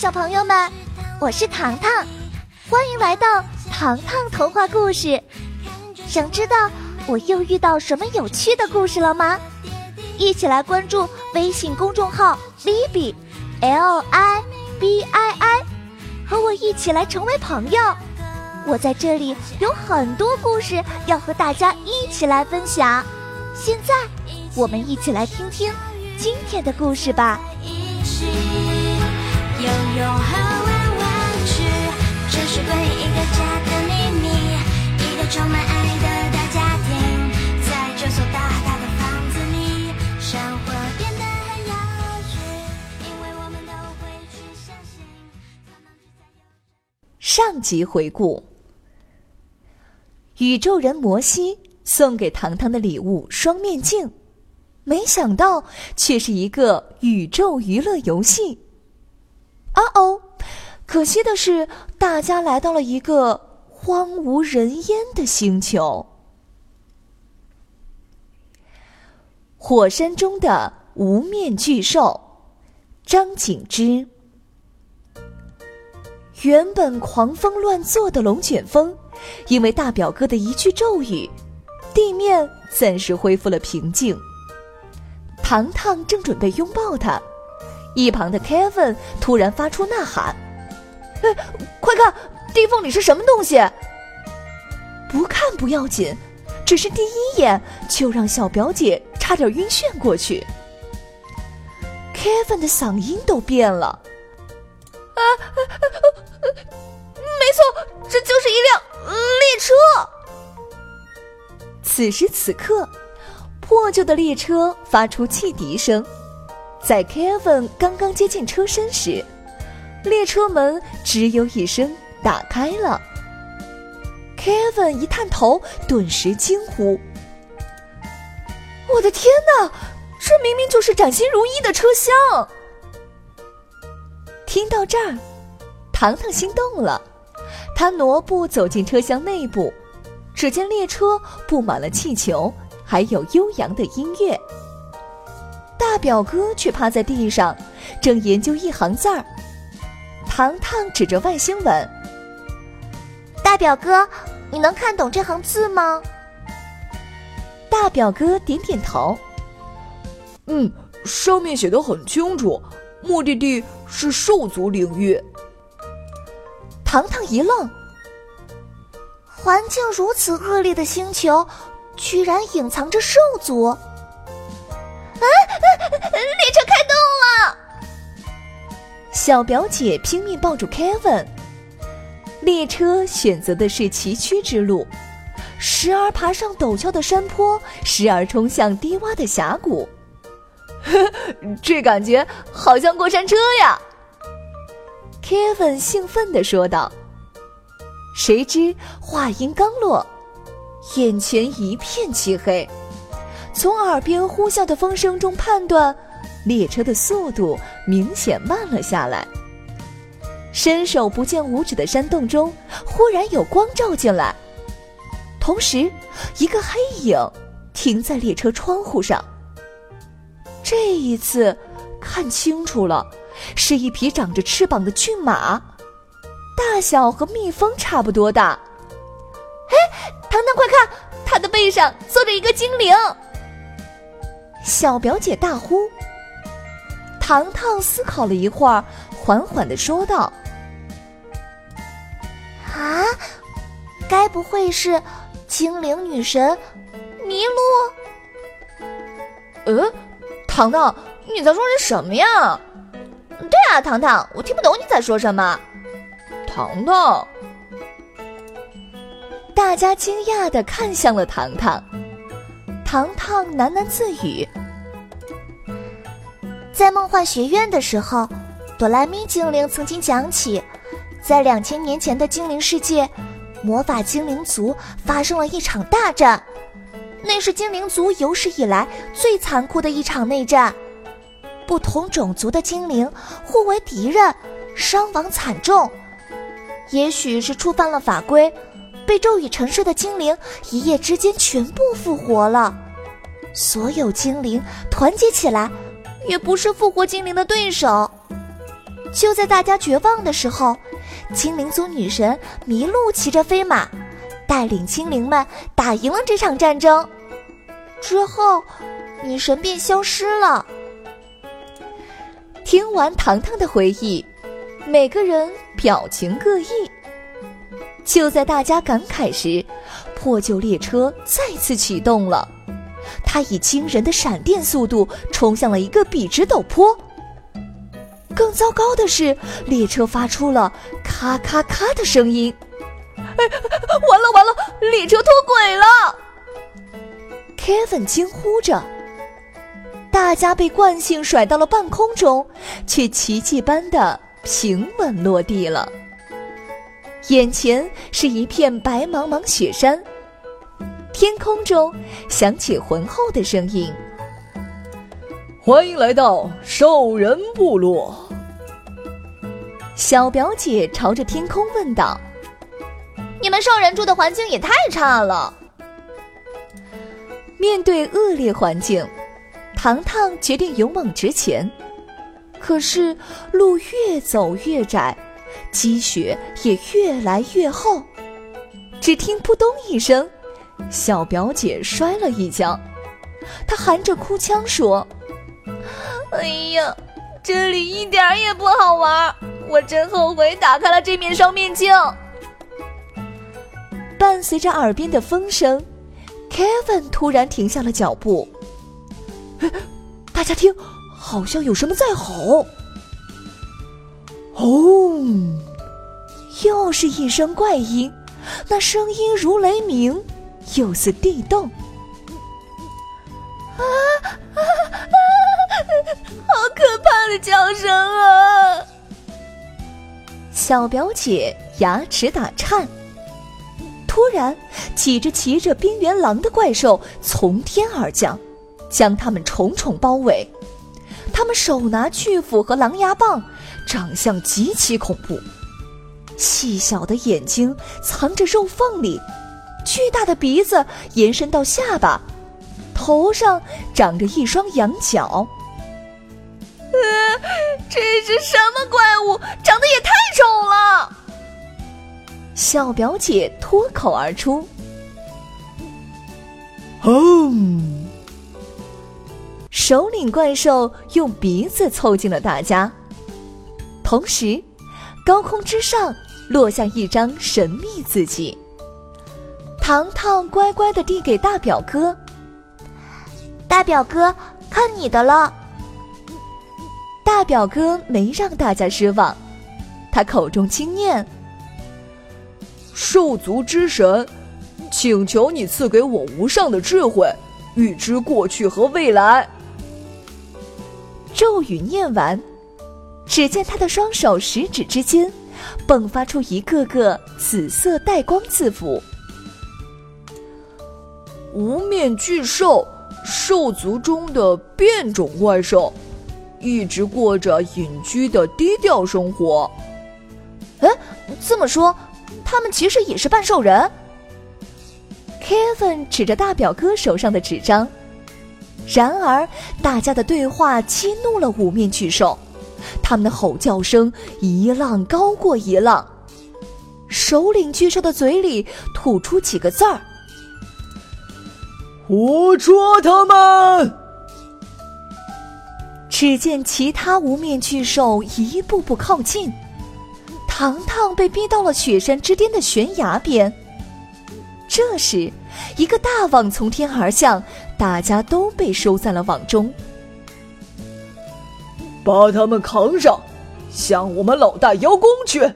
小朋友们，我是糖糖，欢迎来到糖糖童话故事。想知道我又遇到什么有趣的故事了吗？一起来关注微信公众号 Libby LIBII， 和我一起来成为朋友。我在这里有很多故事要和大家一起来分享。现在我们一起来听听今天的故事吧。 游泳和玩玩具，这是关于一个家的秘密，一个充满爱的大家庭，在这所大大的房子里，生活变得很有趣，因为我们都会去相信。 上集回顾，宇宙人摩西送给糖糖的礼物双面镜，没想到却是一个宇宙娱乐游戏。可惜的是，大家来到了一个荒无人烟的星球。火山中的无面巨兽，张景之。原本狂风乱作的龙卷风，因为大表哥的一句咒语，地面暂时恢复了平静。糖糖正准备拥抱他，一旁的 Kevin 突然发出呐喊：快看，地缝里是什么东西？不看不要紧，只是第一眼就让小表姐差点晕眩过去。Kevin 的嗓音都变了：没错，这就是一辆列车。此时此刻，破旧的列车发出汽笛声，在 Kevin 刚刚接近车身时，列车门只有一声打开了。Kevin 一探头，顿时惊呼：我的天哪，这明明就是崭新如一的车厢！听到这儿，糖糖心动了，他挪步走进车厢内部，只见列车布满了气球，还有悠扬的音乐。大表哥却趴在地上，正研究一行字儿。糖糖指着外星文： 大表哥，你能看懂这行字吗？ 大表哥点点头： 上面写得很清楚，目的地是兽族领域。 糖糖一愣， 环境如此恶劣的星球，居然隐藏着兽族。列车开动了！ 小表姐拼命抱住 Kevin。列车选择的是崎岖之路，时而爬上陡峭的山坡，时而冲向低洼的峡谷。 这感觉好像过山车呀！ Kevin 兴奋地说道。谁知话音刚落，眼前一片漆黑。从耳边呼啸的风声中判断，列车的速度明显慢了下来。伸手不见五指的山洞中，忽然有光照进来，同时一个黑影停在列车窗户上。这一次看清楚了，是一匹长着翅膀的骏马，大小和蜜蜂差不多大。 糖糖快看，它的背上坐着一个精灵！ 小表姐大呼。糖糖思考了一会儿，缓缓地说道： 该不会是精灵女神麋鹿？ 糖糖，你在说些什么呀？ 对啊，糖糖，我听不懂你在说什么。 糖糖， 大家惊讶地看向了糖糖。糖糖喃喃自语： 在梦幻学院的时候，哆来咪精灵曾经讲起，在2000年前的精灵世界，魔法精灵族发生了一场大战，那是精灵族有史以来最残酷的一场内战。不同种族的精灵互为敌人，伤亡惨重。也许是触犯了法规，被咒语沉睡的精灵一夜之间全部复活了。所有精灵团结起来，也不是复活精灵的对手。 就在大家绝望的时候，精灵族女神麋鹿骑着飞马，带领精灵们打赢了这场战争。之后，女神便消失了。 听完糖糖的回忆，每个人表情各异。就在大家感慨时，破旧列车再次启动了，它以惊人的闪电速度冲向了一个笔直陡坡。更糟糕的是，列车发出了咔咔咔的声音。完了完了，列车脱轨了 ！Kevin 惊呼着。大家被惯性甩到了半空中，却奇迹般的平稳落地了。眼前是一片白茫茫雪山，天空中响起浑厚的声音：“ 欢迎来到兽人部落。” 小表姐朝着天空问道：“ 你们兽人住的环境也太差了。” 面对恶劣环境，糖糖决定勇往直前。可是路越走越窄，积雪也越来越厚。只听扑通一声，小表姐摔了一跤。她含着哭腔说：“ 哎呀，这里一点也不好玩，我真后悔打开了这面双面镜。” 伴随着耳边的风声， Kevin 突然停下了脚步。大家听，好像有什么在吼。轰！又是一声怪音，那声音如雷鸣，又似地动。 好可怕的叫声啊！ 小表姐牙齿打颤。突然，几只骑着冰原狼的怪兽从天而降，将他们重重包围。他们手拿巨斧和狼牙棒，长相极其恐怖。细小的眼睛藏着肉缝里，巨大的鼻子延伸到下巴，头上长着一双羊角。 这是什么怪物？长得也太丑了！ 小表姐脱口而出。首领怪兽用鼻子凑近了大家，同时高空之上落下一张神秘字迹。糖糖乖乖地递给大表哥：“ 大表哥，看你的了。” 大表哥没让大家失望，他口中轻念：“ 兽族之神，请求你赐给我无上的智慧，预知过去和未来。” 咒语念完，只见他的双手食指之间迸发出一个个紫色带光字符。 无面巨兽，兽族中的变种怪兽，一直过着隐居的低调生活。 这么说，他们其实也是半兽人。 Kevin 指着大表哥手上的纸张。然而大家的对话激怒了五面巨兽，他们的吼叫声一浪高过一浪。首领巨兽的嘴里吐出几个字儿：“ 活捉他们！” 只见其他无面巨兽一步步靠近，糖糖被逼到了雪山之巅的悬崖边。这时一个大网从天而降，大家都被收在了网中。 把他们扛上，向我们老大邀功去！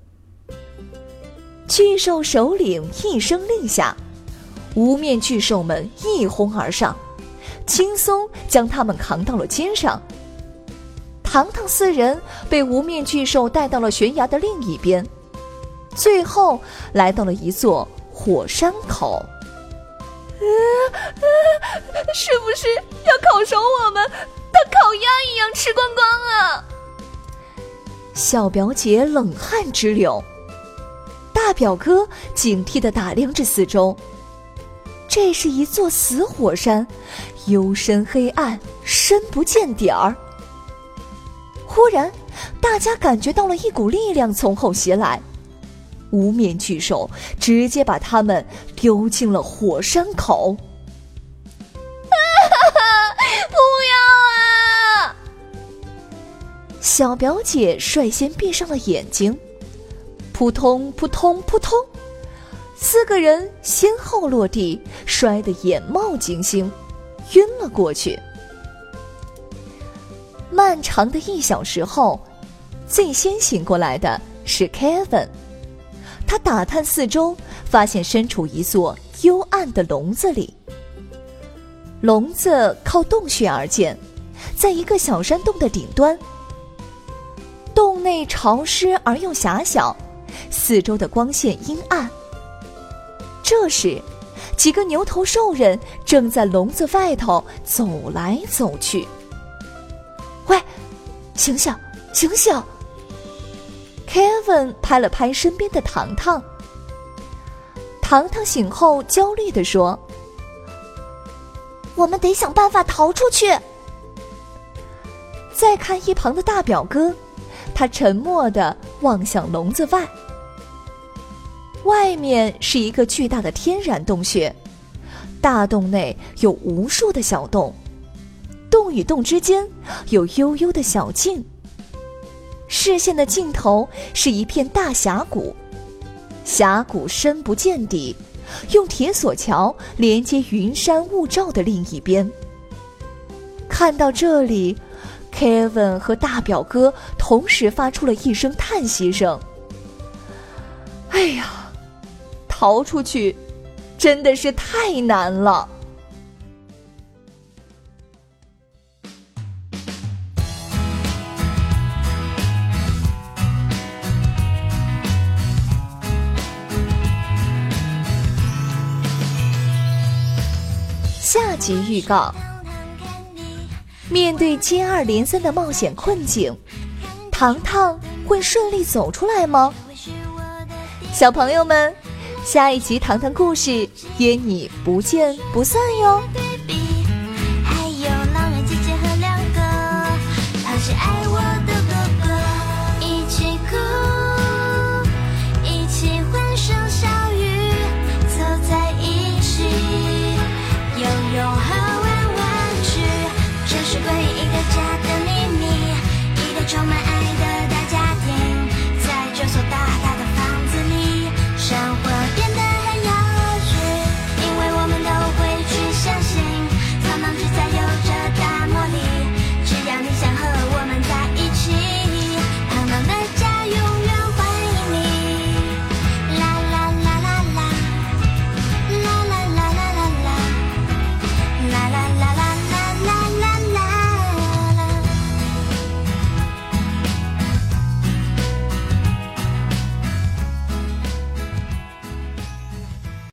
巨兽首领一声令下，无面巨兽们一哄而上，轻松将他们扛到了肩上。糖糖四人被无面巨兽带到了悬崖的另一边，最后来到了一座火山口。 是不是要烤熟我们，当烤鸭一样吃光光啊？ 小表姐冷汗直流，大表哥警惕地打量着四周。这是一座死火山，幽深黑暗，深不见底儿。忽然大家感觉到了一股力量从后袭来，无面巨兽直接把他们丢进了火山口。 不要啊！ 小表姐率先闭上了眼睛，扑通扑通扑通，4个人先后落地，摔得眼冒金星，晕了过去。漫长的1小时后，最先醒过来的是 Kevin， 他打探四周，发现身处一座幽暗的笼子里。笼子靠洞穴而建，在一个小山洞的顶端。洞内潮湿而又狭小，四周的光线阴暗。这时，几个牛头兽人正在笼子外头走来走去。喂，醒醒，醒醒！Kevin 拍了拍身边的糖糖。糖糖醒后焦虑地说： 我们得想办法逃出去。 再看一旁的大表哥，他沉默地望向笼子外。外面是一个巨大的天然洞穴，大洞内有无数的小洞，洞与洞之间有幽幽的小径。视线的尽头是一片大峡谷，峡谷深不见底，用铁索桥连接云山雾罩的另一边。看到这里， Kevin 和大表哥同时发出了一声叹息声。哎呀，逃出去真的是太难了。下集预告：面对接二连三的冒险困境，糖糖会顺利走出来吗？小朋友们，下一集糖糖故事约你不见不散哟。 对比